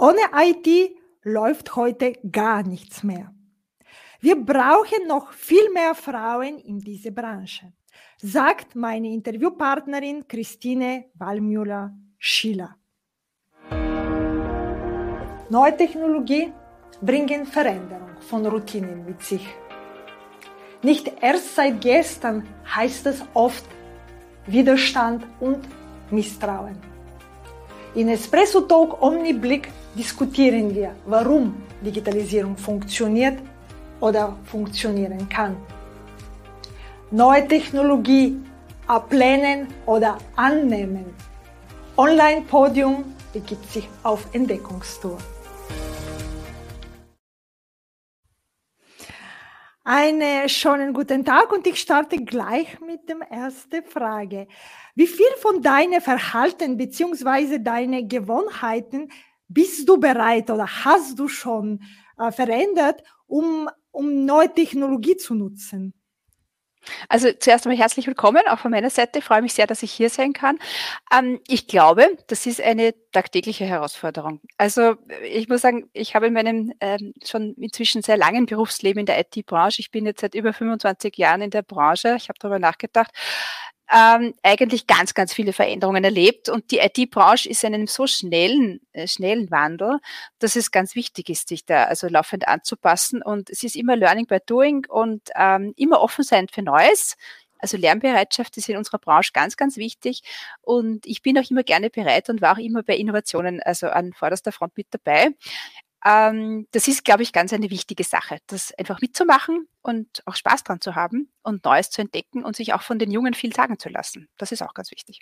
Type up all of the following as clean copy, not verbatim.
Ohne IT läuft heute gar nichts mehr. Wir brauchen noch viel mehr Frauen in dieser Branche, sagt meine Interviewpartnerin Christine Wallmüller-Schiller. Neue Technologie bringen Veränderung von Routinen mit sich. Nicht erst seit gestern heißt es oft Widerstand und Misstrauen. In Espresso Talk Omniblick diskutieren wir, warum Digitalisierung funktioniert oder funktionieren kann. Neue Technologie ablehnen oder annehmen. Online-Podium begibt sich auf Entdeckungstour. Einen schönen guten Tag und ich starte gleich mit der ersten Frage. Wie viel von deinem Verhalten bzw. deine Gewohnheiten bist du bereit oder hast du schon verändert, um neue Technologie zu nutzen? Also zuerst einmal herzlich willkommen, auch von meiner Seite. Ich freue mich sehr, dass ich hier sein kann. Ich glaube, das ist eine tagtägliche Herausforderung. Also ich muss sagen, ich habe in meinem schon inzwischen sehr langen Berufsleben in der IT-Branche, ich bin jetzt seit über 25 Jahren in der Branche, ich habe darüber nachgedacht, eigentlich ganz, ganz viele Veränderungen erlebt und die IT-Branche ist in einem so schnellen Wandel, dass es ganz wichtig ist, sich da also laufend anzupassen und es ist immer Learning by Doing und immer offen sein für Neues. Also Lernbereitschaft ist in unserer Branche ganz, ganz wichtig und ich bin auch immer gerne bereit und war auch immer bei Innovationen, also an vorderster Front mit dabei. Das ist, glaube ich, ganz eine wichtige Sache, das einfach mitzumachen und auch Spaß dran zu haben und Neues zu entdecken und sich auch von den Jungen viel sagen zu lassen. Das ist auch ganz wichtig.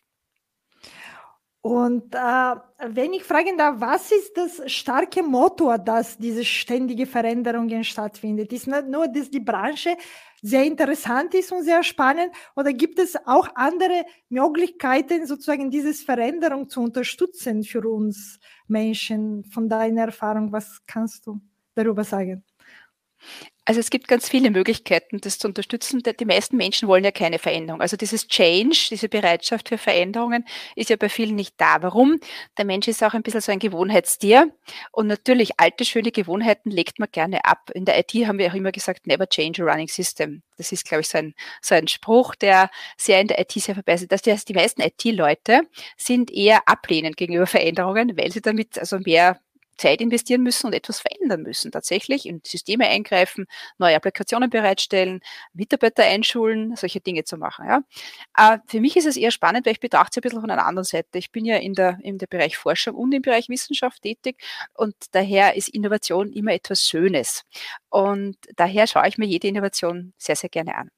Und wenn ich fragen darf, was ist das starke Motor, dass diese ständige Veränderungen stattfindet? Ist nicht nur, dass die Branche sehr interessant ist und sehr spannend, oder gibt es auch andere Möglichkeiten, sozusagen diese Veränderung zu unterstützen für uns Menschen? Von deiner Erfahrung, was kannst du darüber sagen? Also es gibt ganz viele Möglichkeiten, das zu unterstützen. Die meisten Menschen wollen ja keine Veränderung. Also dieses Change, diese Bereitschaft für Veränderungen ist ja bei vielen nicht da. Warum? Der Mensch ist auch ein bisschen so ein Gewohnheitstier. Und natürlich, alte, schöne Gewohnheiten legt man gerne ab. In der IT haben wir auch immer gesagt, never change a running system. Das ist, glaube ich, so ein Spruch, der sehr in der IT sehr verbessert. Das heißt, die meisten IT-Leute sind eher ablehnend gegenüber Veränderungen, weil sie damit also mehr Zeit investieren müssen und etwas verändern müssen, tatsächlich in Systeme eingreifen, neue Applikationen bereitstellen, Mitarbeiter einschulen, solche Dinge zu machen. Ja. Für mich ist es eher spannend, weil ich betrachte es ein bisschen von einer anderen Seite. Ich bin ja in der Bereich Forschung und im Bereich Wissenschaft tätig und daher ist Innovation immer etwas Schönes. Und daher schaue ich mir jede Innovation sehr, sehr gerne an.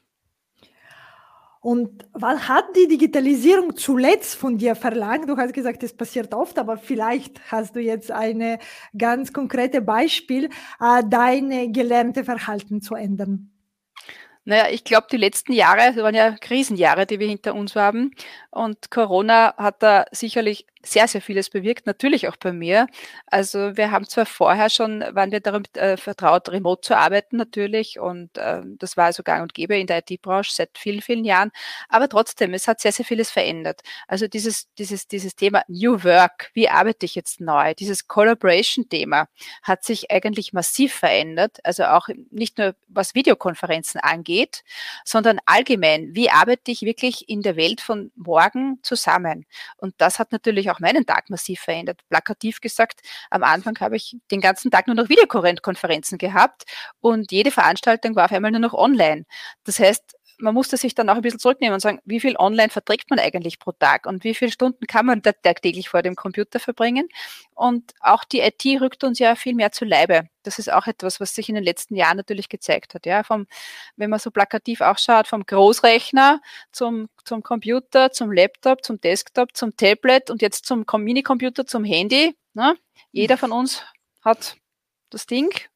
Und was hat die Digitalisierung zuletzt von dir verlangt? Du hast gesagt, es passiert oft, aber vielleicht hast du jetzt ein ganz konkretes Beispiel, dein gelernte Verhalten zu ändern. Naja, ich glaube, die letzten Jahre waren ja Krisenjahre, die wir hinter uns haben. Und Corona hat da sicherlich sehr, sehr vieles bewirkt, natürlich auch bei mir. Also wir haben zwar vorher schon, waren wir darum vertraut, remote zu arbeiten natürlich und das war also gang und gäbe in der IT-Branche seit vielen, vielen Jahren, aber trotzdem, es hat sehr, sehr vieles verändert. Also dieses Thema New Work, wie arbeite ich jetzt neu, dieses Collaboration-Thema hat sich eigentlich massiv verändert, also auch nicht nur was Videokonferenzen angeht, sondern allgemein, wie arbeite ich wirklich in der Welt von morgen zusammen? Und das hat natürlich auch meinen Tag massiv verändert. Plakativ gesagt, am Anfang habe ich den ganzen Tag nur noch Videokonferenzen gehabt und jede Veranstaltung war auf einmal nur noch online. Das heißt, man musste sich dann auch ein bisschen zurücknehmen und sagen, wie viel online verträgt man eigentlich pro Tag und wie viele Stunden kann man tagtäglich vor dem Computer verbringen? Und auch die IT rückt uns ja viel mehr zu Leibe. Das ist auch etwas, was sich in den letzten Jahren natürlich gezeigt hat. Ja, wenn man so plakativ auch schaut, vom Großrechner zum Computer, zum Laptop, zum Desktop, zum Tablet und jetzt zum Minicomputer, zum Handy. Ne? Jeder von uns hat das Ding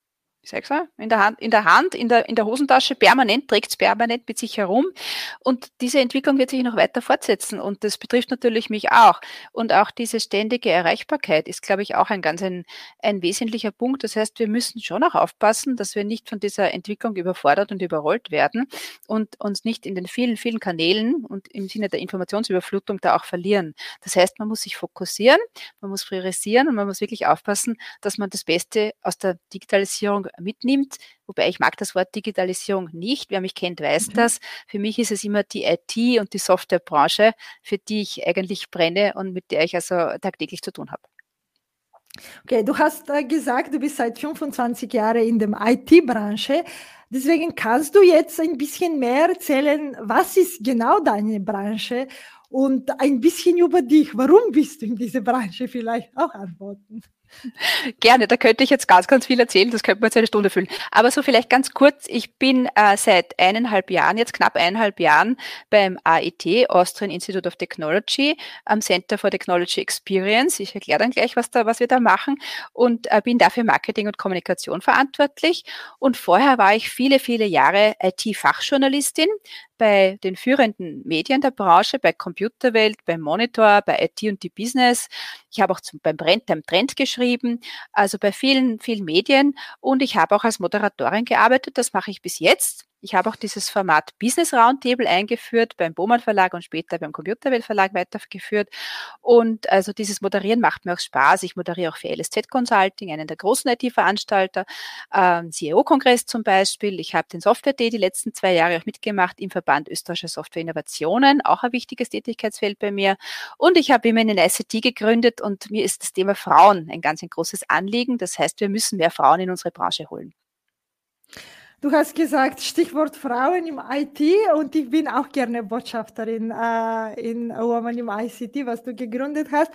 wie sag ich so, in der Hand, in der Hosentasche, permanent, trägt es permanent mit sich herum. Und diese Entwicklung wird sich noch weiter fortsetzen. Und das betrifft natürlich mich auch. Und auch diese ständige Erreichbarkeit ist, glaube ich, auch ein wesentlicher Punkt. Das heißt, wir müssen schon auch aufpassen, dass wir nicht von dieser Entwicklung überfordert und überrollt werden und uns nicht in den vielen, vielen Kanälen und im Sinne der Informationsüberflutung da auch verlieren. Das heißt, man muss sich fokussieren, man muss priorisieren und man muss wirklich aufpassen, dass man das Beste aus der Digitalisierung mitnimmt. Wobei ich mag das Wort Digitalisierung nicht. Wer mich kennt, weiß das. Für mich ist es immer die IT und die Softwarebranche, für die ich eigentlich brenne und mit der ich also tagtäglich zu tun habe. Okay, du hast gesagt, du bist seit 25 Jahren in der IT-Branche. Deswegen kannst du jetzt ein bisschen mehr erzählen, was ist genau deine Branche und ein bisschen über dich. Warum bist du in dieser Branche vielleicht auch antworten? Gerne, da könnte ich jetzt ganz, ganz viel erzählen, das könnte man jetzt eine Stunde füllen. Aber so vielleicht ganz kurz, ich bin seit knapp 1,5 Jahren beim AIT, Austrian Institute of Technology, am Center for Technology Experience. Ich erkläre dann gleich, was wir da machen und bin dafür Marketing und Kommunikation verantwortlich. Und vorher war ich viele, viele Jahre IT-Fachjournalistin bei den führenden Medien der Branche, bei Computerwelt, beim Monitor, bei IT und die Business. Ich habe auch beim Trend geschrieben, also bei vielen, vielen Medien und ich habe auch als Moderatorin gearbeitet, das mache ich bis jetzt. Ich habe auch dieses Format Business Roundtable eingeführt, beim Baumann Verlag und später beim Computerwelt Verlag weitergeführt. Und also dieses Moderieren macht mir auch Spaß. Ich moderiere auch für LSZ Consulting, einen der großen IT-Veranstalter, CEO-Kongress zum Beispiel. Ich habe den Software Day die letzten 2 Jahre auch mitgemacht im Verband Österreichischer Software Innovationen, auch ein wichtiges Tätigkeitsfeld bei mir. Und ich habe Women in ICT gegründet und mir ist das Thema Frauen ein großes Anliegen. Das heißt, wir müssen mehr Frauen in unsere Branche holen. Du hast gesagt, Stichwort Frauen im IT und ich bin auch gerne Botschafterin in Women im ICT, was du gegründet hast.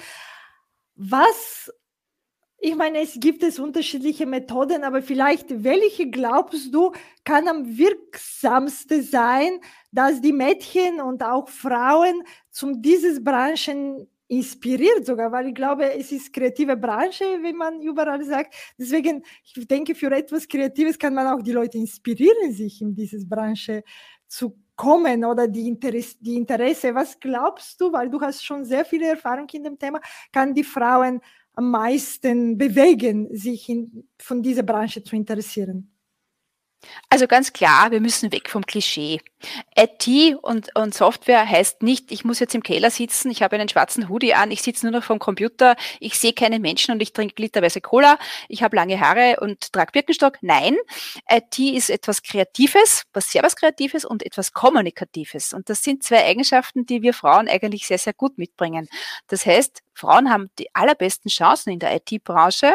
Ich meine, es gibt unterschiedliche Methoden, aber vielleicht welche glaubst du, kann am wirksamsten sein, dass die Mädchen und auch Frauen zum dieses Branchen inspiriert sogar, weil ich glaube, es ist kreative Branche, wie man überall sagt. Deswegen, ich denke, für etwas Kreatives kann man auch die Leute inspirieren, sich in diese Branche zu kommen oder die Interesse. Was glaubst du, weil du hast schon sehr viele Erfahrung in dem Thema, kann die Frauen am meisten bewegen, sich von dieser Branche zu interessieren? Also ganz klar, wir müssen weg vom Klischee. IT und Software heißt nicht, ich muss jetzt im Keller sitzen, ich habe einen schwarzen Hoodie an, ich sitze nur noch vorm Computer, ich sehe keine Menschen und ich trinke literweise Cola, ich habe lange Haare und trage Birkenstock. Nein, IT ist etwas Kreatives, was Kreatives und etwas Kommunikatives. Und das sind 2 Eigenschaften, die wir Frauen eigentlich sehr, sehr gut mitbringen. Das heißt, Frauen haben die allerbesten Chancen in der IT-Branche.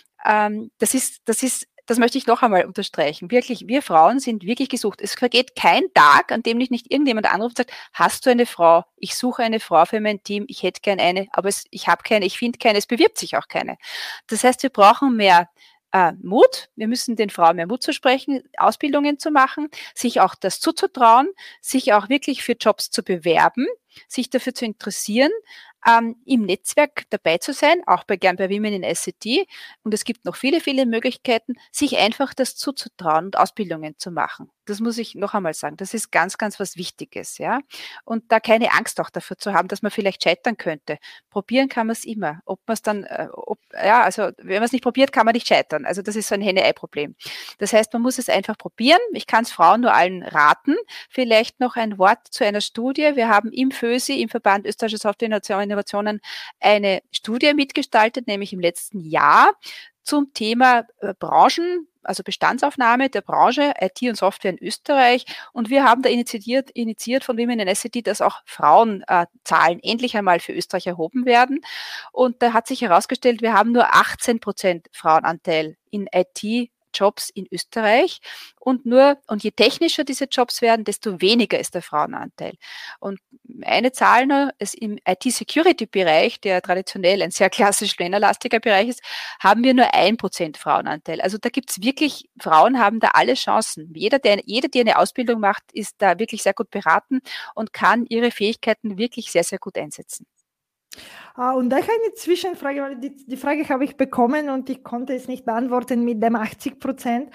Das möchte ich noch einmal unterstreichen. Wirklich, wir Frauen sind wirklich gesucht. Es vergeht kein Tag, an dem nicht irgendjemand anruft und sagt, hast du eine Frau? Ich suche eine Frau für mein Team. Ich hätte gern eine, aber ich habe keine, ich finde keine, es bewirbt sich auch keine. Das heißt, wir brauchen mehr Mut. Wir müssen den Frauen mehr Mut zusprechen, Ausbildungen zu machen, sich auch das zuzutrauen, sich auch wirklich für Jobs zu bewerben, sich dafür zu interessieren, im Netzwerk dabei zu sein, auch gern bei Women in ICT. Und es gibt noch viele, viele Möglichkeiten, sich einfach das zuzutrauen und Ausbildungen zu machen. Das muss ich noch einmal sagen. Das ist ganz, ganz was Wichtiges, ja. Und da keine Angst auch dafür zu haben, dass man vielleicht scheitern könnte. Probieren kann man es immer. Ob man es dann, also wenn man es nicht probiert, kann man nicht scheitern. Also das ist so ein Henne-Ei-Problem. Das heißt, man muss es einfach probieren. Ich kann es Frauen nur allen raten. Vielleicht noch ein Wort zu einer Studie. Wir haben im FÖSI, im Verband Österreichischer Software Innovationen, eine Studie mitgestaltet, nämlich im letzten Jahr zum Thema Branchen, also Bestandsaufnahme der Branche IT und Software in Österreich. Und wir haben da initiiert von Women in ICT, dass auch Frauenzahlen endlich einmal für Österreich erhoben werden. Und da hat sich herausgestellt, wir haben nur 18% Frauenanteil in IT Jobs in Österreich und je technischer diese Jobs werden, desto weniger ist der Frauenanteil. Und eine Zahl nur, im IT-Security-Bereich, der traditionell ein sehr klassisch männerlastiger Bereich ist, haben wir nur 1% Frauenanteil. Also da gibt's wirklich, Frauen haben da alle Chancen. Jede, die eine Ausbildung macht, ist da wirklich sehr gut beraten und kann ihre Fähigkeiten wirklich sehr, sehr gut einsetzen. Und da eine Zwischenfrage, weil die Frage habe ich bekommen und ich konnte es nicht beantworten mit dem 80%.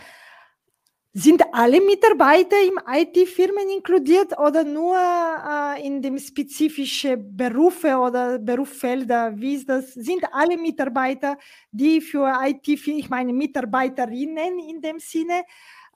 Sind alle Mitarbeiter im IT-Firmen inkludiert oder nur in dem spezifischen Berufe oder Berufsfelder? Wie ist das? Sind alle Mitarbeiter, die für IT, ich meine Mitarbeiterinnen in dem Sinne,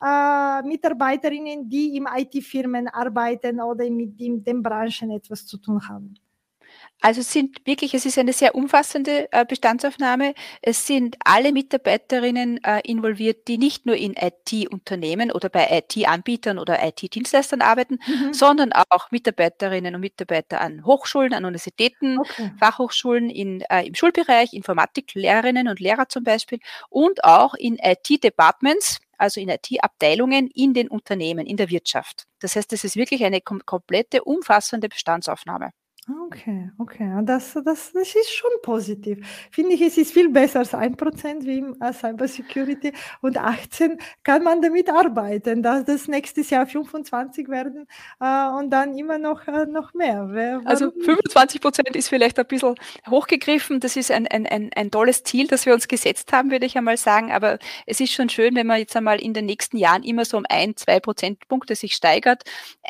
Mitarbeiterinnen, die im IT-Firmen arbeiten oder mit den Branchen etwas zu tun haben? Also es ist eine sehr umfassende Bestandsaufnahme. Es sind alle Mitarbeiterinnen involviert, die nicht nur in IT-Unternehmen oder bei IT-Anbietern oder IT-Dienstleistern arbeiten, Mhm. sondern auch Mitarbeiterinnen und Mitarbeiter an Hochschulen, an Universitäten, Okay. Fachhochschulen im Schulbereich, Informatiklehrerinnen und Lehrer zum Beispiel und auch in IT-Departments, also in IT-Abteilungen in den Unternehmen, in der Wirtschaft. Das heißt, es ist wirklich eine komplette, umfassende Bestandsaufnahme. Okay, okay. Das ist schon positiv. Finde ich, es ist viel besser als 1% wie im Cybersecurity und 18 kann man damit arbeiten, dass das nächstes Jahr 25 werden und dann immer noch mehr. Also Warum nicht? 25% ist vielleicht ein bisschen hochgegriffen. Das ist ein tolles Ziel, das wir uns gesetzt haben, würde ich einmal sagen. Aber es ist schon schön, wenn man jetzt einmal in den nächsten Jahren immer so um 2 Prozentpunkte sich steigert.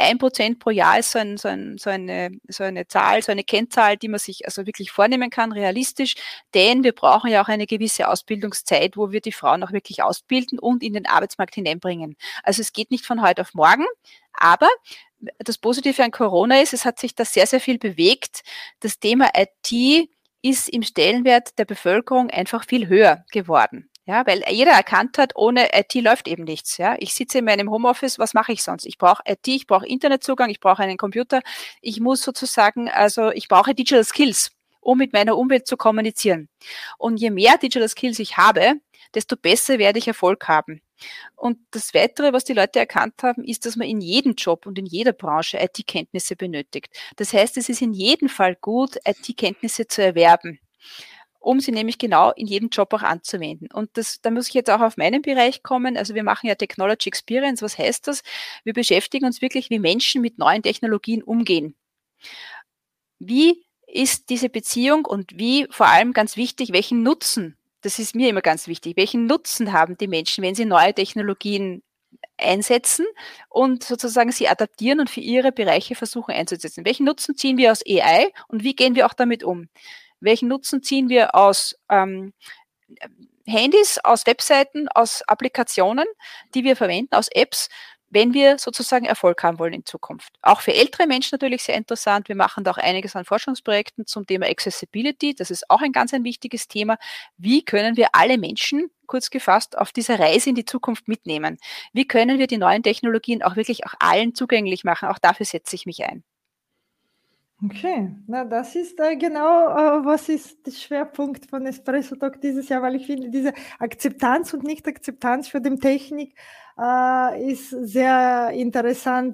1% pro Jahr ist so eine Zahl, so eine Kennzahl, die man sich also wirklich vornehmen kann, realistisch. Denn wir brauchen ja auch eine gewisse Ausbildungszeit, wo wir die Frauen auch wirklich ausbilden und in den Arbeitsmarkt hineinbringen. Also es geht nicht von heute auf morgen, aber das Positive an Corona ist, es hat sich da sehr, sehr viel bewegt. Das Thema IT ist im Stellenwert der Bevölkerung einfach viel höher geworden. Ja, weil jeder erkannt hat, ohne IT läuft eben nichts. Ja, ich sitze in meinem Homeoffice, was mache ich sonst? Ich brauche IT, ich brauche Internetzugang, ich brauche einen Computer. Ich muss sozusagen, also ich brauche Digital Skills, um mit meiner Umwelt zu kommunizieren. Und je mehr Digital Skills ich habe, desto besser werde ich Erfolg haben. Und das Weitere, was die Leute erkannt haben, ist, dass man in jedem Job und in jeder Branche IT-Kenntnisse benötigt. Das heißt, es ist in jedem Fall gut, IT-Kenntnisse zu erwerben, um sie nämlich genau in jedem Job auch anzuwenden. Und da muss ich jetzt auch auf meinen Bereich kommen. Also wir machen ja Technology Experience. Was heißt das? Wir beschäftigen uns wirklich, wie Menschen mit neuen Technologien umgehen. Wie ist diese Beziehung und wie, vor allem ganz wichtig, welchen Nutzen, das ist mir immer ganz wichtig, welchen Nutzen haben die Menschen, wenn sie neue Technologien einsetzen und sozusagen sie adaptieren und für ihre Bereiche versuchen einzusetzen. Welchen Nutzen ziehen wir aus AI und wie gehen wir auch damit um? Welchen Nutzen ziehen wir aus Handys, aus Webseiten, aus Applikationen, die wir verwenden, aus Apps, wenn wir sozusagen Erfolg haben wollen in Zukunft. Auch für ältere Menschen natürlich sehr interessant. Wir machen da auch einiges an Forschungsprojekten zum Thema Accessibility. Das ist auch ein wichtiges Thema. Wie können wir alle Menschen, kurz gefasst, auf dieser Reise in die Zukunft mitnehmen? Wie können wir die neuen Technologien auch wirklich auch allen zugänglich machen? Auch dafür setze ich mich ein. Okay, na das ist genau, was ist der Schwerpunkt von Espresso Talk dieses Jahr, weil ich finde, diese Akzeptanz und Nicht-Akzeptanz für die Technik ist sehr interessant,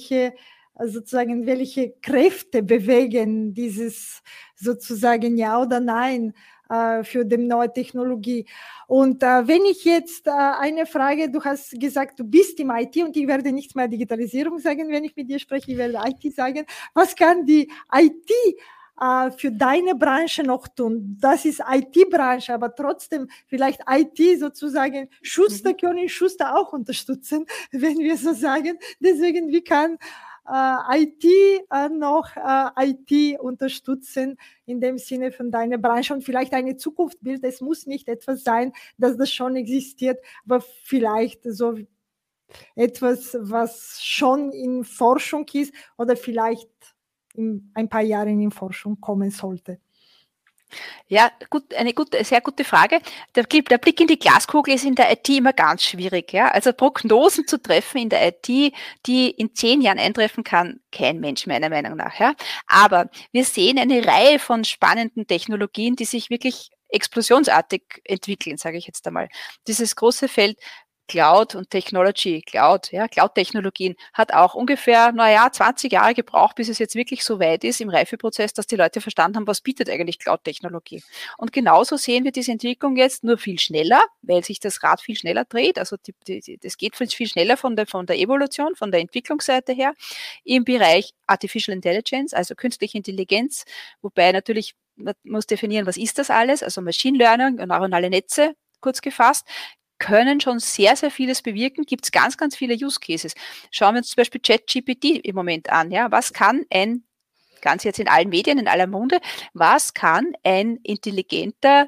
welche Kräfte bewegen dieses sozusagen Ja oder Nein für die neue Technologie. Und wenn ich jetzt eine Frage, du hast gesagt, du bist im IT und ich werde nicht mehr Digitalisierung sagen, wenn ich mit dir spreche, ich werde IT sagen. Was kann die IT für deine Branche noch tun? Das ist IT-Branche, aber trotzdem vielleicht IT sozusagen, Schuster können Schuster auch unterstützen, wenn wir so sagen. Deswegen, wie kann IT noch IT unterstützen in dem Sinne von deiner Branche und vielleicht eine Zukunftsbild. Es muss nicht etwas sein, dass das schon existiert, aber vielleicht so etwas, was schon in Forschung ist oder vielleicht in ein paar Jahren in Forschung kommen sollte. Ja, gut, sehr gute Frage. Der Blick in die Glaskugel ist in der IT immer ganz schwierig. Ja? Also Prognosen zu treffen in der IT, die in 10 Jahren eintreffen kann, kein Mensch meiner Meinung nach. Ja? Aber wir sehen eine Reihe von spannenden Technologien, die sich wirklich explosionsartig entwickeln, sage ich jetzt einmal. Dieses große Feld Cloud und Technology, Cloud-Technologien hat auch ungefähr, 20 Jahre gebraucht, bis es jetzt wirklich so weit ist im Reifeprozess, dass die Leute verstanden haben, was bietet eigentlich Cloud-Technologie. Und genauso sehen wir diese Entwicklung jetzt nur viel schneller, weil sich das Rad viel schneller dreht. Also das geht viel schneller von der Evolution, von der Entwicklungsseite her im Bereich Artificial Intelligence, also künstliche Intelligenz, wobei natürlich man muss definieren, was ist das alles, also Machine Learning und neuronale Netze, kurz gefasst, können schon sehr, sehr vieles bewirken, gibt es ganz, ganz viele Use Cases. Schauen wir uns zum Beispiel ChatGPT im Moment an. Ja? Was kann ganz jetzt in allen Medien, in aller Munde, was kann ein intelligenter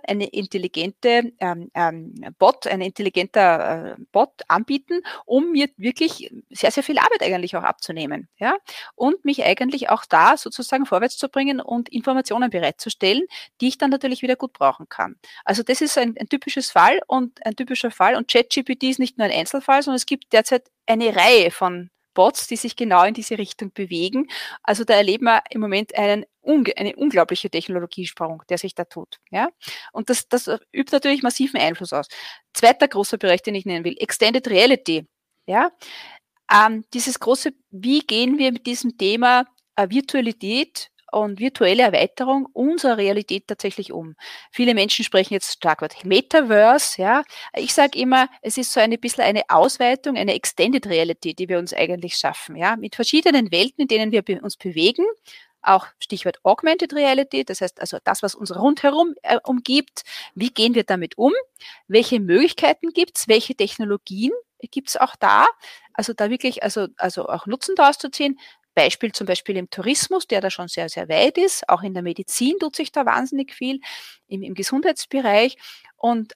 Bot anbieten, um mir wirklich sehr, sehr viel Arbeit eigentlich auch abzunehmen, ja, und mich eigentlich auch da sozusagen vorwärts zu bringen und Informationen bereitzustellen, die ich dann natürlich wieder gut brauchen kann. Also das ist ein typischer Fall und ChatGPT ist nicht nur ein Einzelfall, sondern es gibt derzeit eine Reihe von Bots, die sich genau in diese Richtung bewegen. Also da erleben wir im Moment eine unglaubliche Technologiesprung, der sich da tut. Ja? Und das übt natürlich massiven Einfluss aus. Zweiter großer Bereich, den ich nennen will, Extended Reality. Ja? Dieses große, wie gehen wir mit diesem Thema Virtualität und virtuelle Erweiterung unserer Realität tatsächlich um. Viele Menschen sprechen jetzt Schlagwort Metaverse, ja. Ich sage immer, es ist so ein bisschen eine Ausweitung, eine Extended Reality, die wir uns eigentlich schaffen, ja, mit verschiedenen Welten, in denen wir uns bewegen. Auch Stichwort Augmented Reality, das heißt also das, was uns rundherum umgibt. Wie gehen wir damit um? Welche Möglichkeiten gibt's? Welche Technologien gibt's auch da? Also da wirklich, also auch Nutzen daraus zu ziehen. Beispiel zum Beispiel im Tourismus, der da schon sehr, sehr weit ist. Auch in der Medizin tut sich da wahnsinnig viel, im Gesundheitsbereich. Und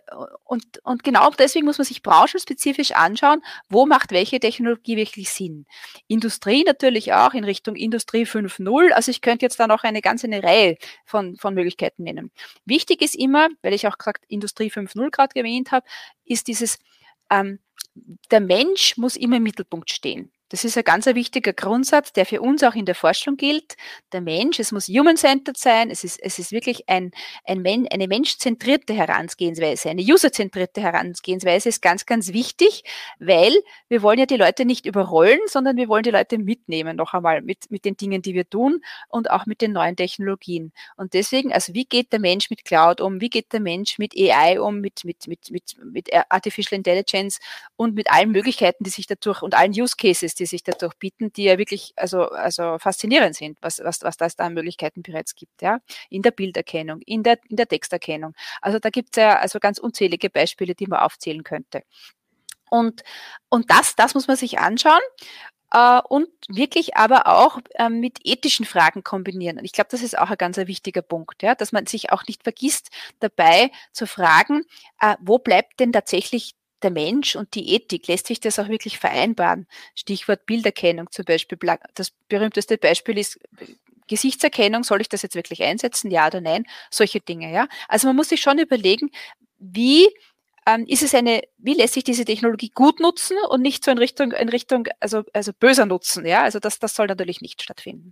genau deswegen muss man sich branchenspezifisch anschauen, wo macht welche Technologie wirklich Sinn. Industrie natürlich auch in Richtung Industrie 5.0. Also ich könnte jetzt da noch eine Reihe von Möglichkeiten nennen. Wichtig ist immer, weil ich auch gesagt Industrie 5.0 gerade erwähnt habe, ist dieses, der Mensch muss immer im Mittelpunkt stehen. Das ist ein ganz wichtiger Grundsatz, der für uns auch in der Forschung gilt. Der Mensch, es muss human-centered sein, es ist wirklich eine menschzentrierte Herangehensweise, eine userzentrierte Herangehensweise ist ganz, ganz wichtig, weil wir wollen ja die Leute nicht überrollen, sondern wir wollen die Leute mitnehmen, noch einmal mit den Dingen, die wir tun und auch mit den neuen Technologien. Und deswegen, also wie geht der Mensch mit Cloud um, wie geht der Mensch mit AI um, mit Artificial Intelligence und mit allen Möglichkeiten, die sich dadurch und allen Use Cases, die sich dadurch bieten, die ja wirklich also faszinierend sind, was das da an Möglichkeiten bereits gibt, ja, in der Bilderkennung, in der Texterkennung. Also da gibt es ja also ganz unzählige Beispiele, die man aufzählen könnte. Und das muss man sich anschauen und wirklich aber auch mit ethischen Fragen kombinieren. Und ich glaube, das ist auch ein ganz wichtiger Punkt, ja, dass man sich auch nicht vergisst, dabei zu fragen, wo bleibt denn tatsächlich der Mensch und die Ethik, lässt sich das auch wirklich vereinbaren? Stichwort Bilderkennung zum Beispiel. Das berühmteste Beispiel ist Gesichtserkennung. Soll ich das jetzt wirklich einsetzen? Ja oder nein? Solche Dinge, ja. Also man muss sich schon überlegen, wie lässt sich diese Technologie gut nutzen und nicht so in Richtung also böser nutzen, ja. Also das soll natürlich nicht stattfinden.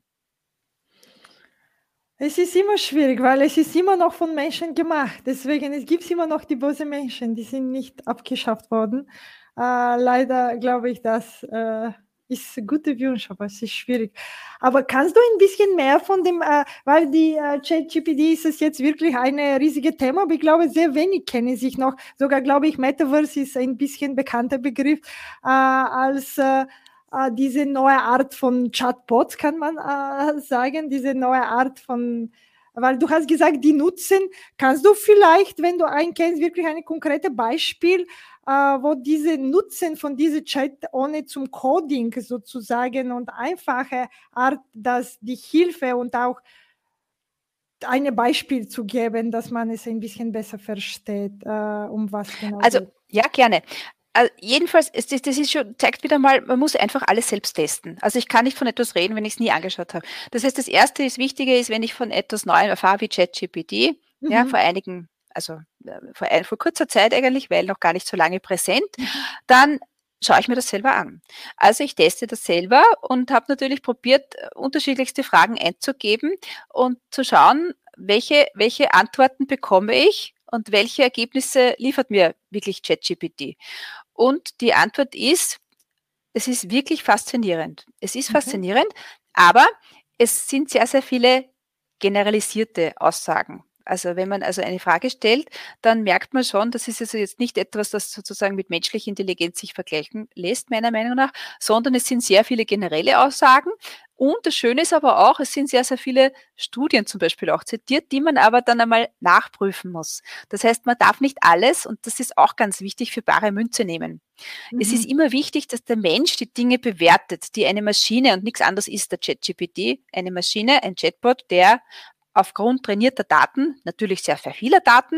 Es ist immer schwierig, weil es ist immer noch von Menschen gemacht. Deswegen, es gibt immer noch die bösen Menschen, die sind nicht abgeschafft worden. Leider glaube ich, das ist ein guter Wunsch, aber es ist schwierig. Aber kannst du ein bisschen mehr von dem, weil die ChatGPT ist es jetzt wirklich ein riesiges Thema, aber ich glaube, sehr wenig kennen sich noch. Sogar glaube ich, Metaverse ist ein bisschen bekannter Begriff als diese neue Art von Chatbots, kann man sagen, diese neue Art von, weil du hast gesagt, die nutzen, kannst du vielleicht, wenn du einen kennst, wirklich ein konkretes Beispiel, wo diese Nutzen von diesem Chat ohne zum Coding sozusagen und einfache Art, dass die Hilfe und auch ein Beispiel zu geben, dass man es ein bisschen besser versteht, um was genau Also, geht. Ja, gerne. Jedenfalls, das ist schon, zeigt wieder mal, man muss einfach alles selbst testen. Also ich kann nicht von etwas reden, wenn ich es nie angeschaut habe. Das heißt, das erste Wichtige ist, wenn ich von etwas Neuem erfahre wie ChatGPT, ja, vor kurzer Zeit eigentlich, weil noch gar nicht so lange präsent, dann schaue ich mir das selber an. Also ich teste das selber und habe natürlich probiert, unterschiedlichste Fragen einzugeben und zu schauen, welche Antworten bekomme ich und welche Ergebnisse liefert mir wirklich ChatGPT. Und die Antwort ist, es ist wirklich faszinierend. Es ist faszinierend, aber es sind sehr, sehr viele generalisierte Aussagen. Also wenn man also eine Frage stellt, dann merkt man schon, das ist also jetzt nicht etwas, das sozusagen mit menschlicher Intelligenz sich vergleichen lässt, meiner Meinung nach, sondern es sind sehr viele generelle Aussagen. Und das Schöne ist aber auch, es sind sehr, sehr viele Studien zum Beispiel auch zitiert, die man aber dann einmal nachprüfen muss. Das heißt, man darf nicht alles, und das ist auch ganz wichtig, für bare Münze nehmen. Es ist Mhm. immer wichtig, dass der Mensch die Dinge bewertet, die eine Maschine, und nichts anderes ist der ChatGPT, eine Maschine, ein Chatbot, der aufgrund trainierter Daten, natürlich sehr vieler Daten,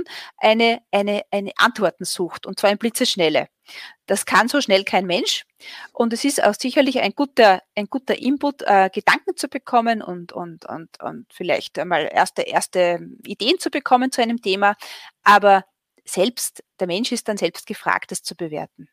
eine Antworten sucht, und zwar in blitzeschnelle. Das kann so schnell kein Mensch. Und es ist auch sicherlich ein guter Input, Gedanken zu bekommen und vielleicht einmal erste Ideen zu bekommen zu einem Thema. Aber selbst, der Mensch ist dann selbst gefragt, das zu bewerten.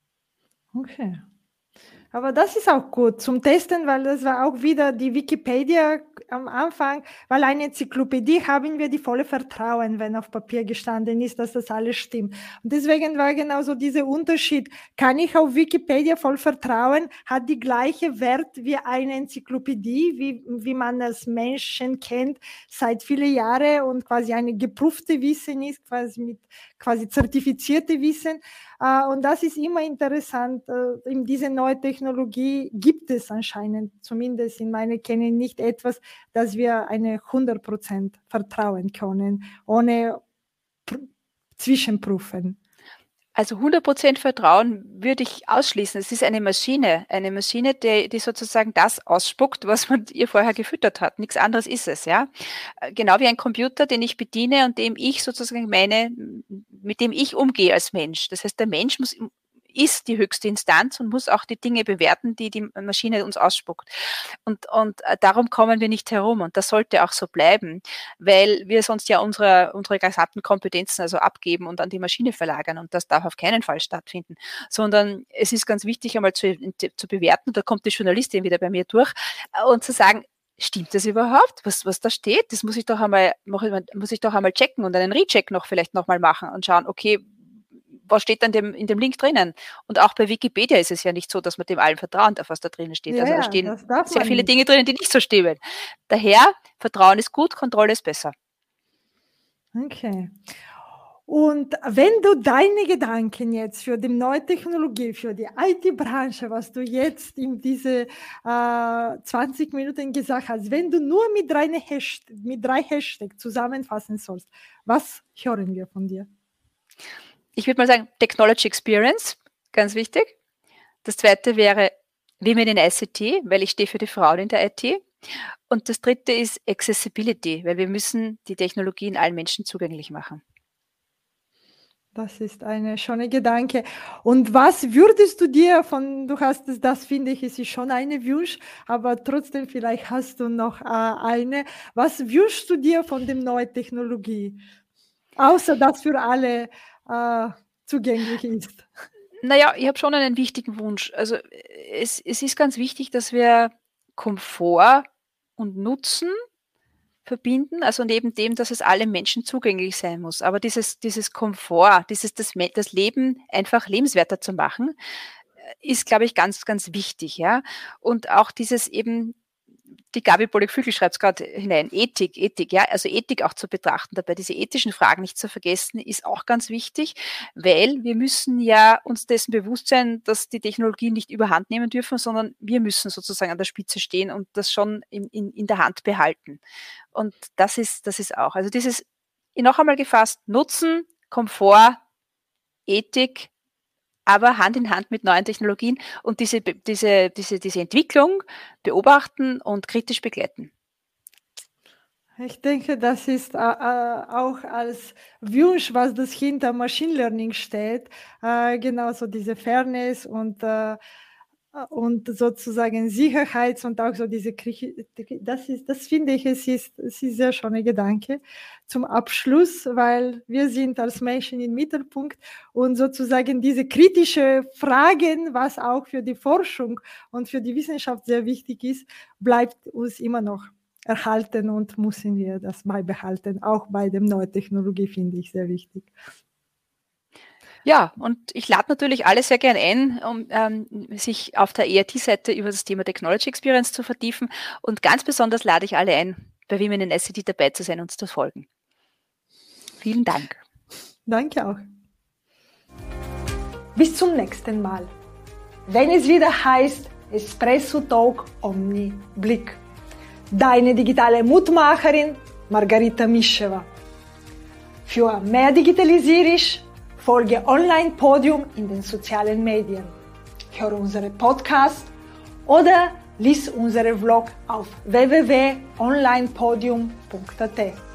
Okay. Aber das ist auch gut zum Testen, weil das war auch wieder die Wikipedia am Anfang, weil eine Enzyklopädie haben wir die volle Vertrauen, wenn auf Papier gestanden ist, dass das alles stimmt. Und deswegen war genauso dieser Unterschied. Kann ich auf Wikipedia voll vertrauen? Hat die gleiche Wert wie eine Enzyklopädie, wie man als Menschen kennt seit vielen Jahren und quasi eine geprüfte Wissen ist, quasi zertifizierte Wissen. Und das ist immer interessant. In dieser neuen Technologie gibt es anscheinend, zumindest in meiner Kenntnis, nicht etwas, das wir eine 100% vertrauen können, ohne Zwischenprüfen. Also 100% Vertrauen würde ich ausschließen. Es ist eine Maschine, die sozusagen das ausspuckt, was man ihr vorher gefüttert hat. Nichts anderes ist es, ja. Genau wie ein Computer, den ich bediene und dem ich sozusagen mit dem ich umgehe als Mensch. Das heißt, der Mensch ist die höchste Instanz und muss auch die Dinge bewerten, die die Maschine uns ausspuckt. Und darum kommen wir nicht herum, und das sollte auch so bleiben, weil wir sonst ja unsere gesamten Kompetenzen also abgeben und an die Maschine verlagern, und das darf auf keinen Fall stattfinden, sondern es ist ganz wichtig einmal zu bewerten, und da kommt die Journalistin wieder bei mir durch, und zu sagen, stimmt das überhaupt, was da steht? Das muss ich doch einmal checken und einen Recheck noch vielleicht nochmal machen und schauen, okay, was steht dann in dem Link drinnen? Und auch bei Wikipedia ist es ja nicht so, dass man dem allen vertrauen darf, was da drinnen steht. Ja, Also da ja, stehen das darf sehr man viele nicht. Dinge drinnen, die nicht so stimmen. Daher, Vertrauen ist gut, Kontrolle ist besser. Okay. Und wenn du deine Gedanken jetzt für die neue Technologie, für die IT-Branche, was du jetzt in diese 20 Minuten gesagt hast, wenn du nur mit drei Hashtags zusammenfassen sollst, was hören wir von dir? Ich würde mal sagen, Technology Experience, ganz wichtig. Das zweite wäre Women in ICT, weil ich stehe für die Frauen in der IT. Und das dritte ist Accessibility, weil wir müssen die Technologien allen Menschen zugänglich machen. Das ist eine schöne Gedanke. Und was würdest du dir du hast es, das finde ich, ist schon eine Wunsch, aber trotzdem vielleicht hast du noch eine. Was wünschst du dir von der neuen Technologie? Außer dass für alle zugänglich ist. Naja, ich habe schon einen wichtigen Wunsch. Also es ist ganz wichtig, dass wir Komfort und Nutzen verbinden, also neben dem, dass es allen Menschen zugänglich sein muss. Aber dieses Komfort, das Leben einfach lebenswerter zu machen, ist, glaube ich, ganz, ganz wichtig, ja. Und auch dieses eben, die Gabi Pollig-Flügel schreibt es gerade hinein, Ethik, ja, also Ethik auch zu betrachten, dabei diese ethischen Fragen nicht zu vergessen, ist auch ganz wichtig, weil wir müssen ja uns dessen bewusst sein, dass die Technologien nicht überhand nehmen dürfen, sondern wir müssen sozusagen an der Spitze stehen und das schon in der Hand behalten. Und das ist auch, also dieses, noch einmal gefasst, Nutzen, Komfort, Ethik, aber Hand in Hand mit neuen Technologien und diese Entwicklung beobachten und kritisch begleiten. Ich denke, das ist auch als Wunsch, was das hinter Machine Learning steht, genauso diese Fairness und sozusagen Sicherheit und auch so diese das finde ich, es ist sehr schöner Gedanke zum Abschluss, weil wir sind als Menschen im Mittelpunkt und sozusagen diese kritische Fragen, was auch für die Forschung und für die Wissenschaft sehr wichtig ist, bleibt uns immer noch erhalten und müssen wir das beibehalten. Auch bei der neuen Technologie finde ich sehr wichtig. Ja, und ich lade natürlich alle sehr gern ein, um sich auf der ERT-Seite über das Thema Technology Experience zu vertiefen. Und ganz besonders lade ich alle ein, bei Women in ICT dabei zu sein und zu folgen. Vielen Dank. Danke auch. Bis zum nächsten Mal. Wenn es wieder heißt Espresso Talk Omni Blick. Deine digitale Mutmacherin Margarita Mischewa. Für mehr Digitalisierung folge Online-Podium in den sozialen Medien. Höre unsere Podcast oder lies unseren Vlog auf www.onlinepodium.at.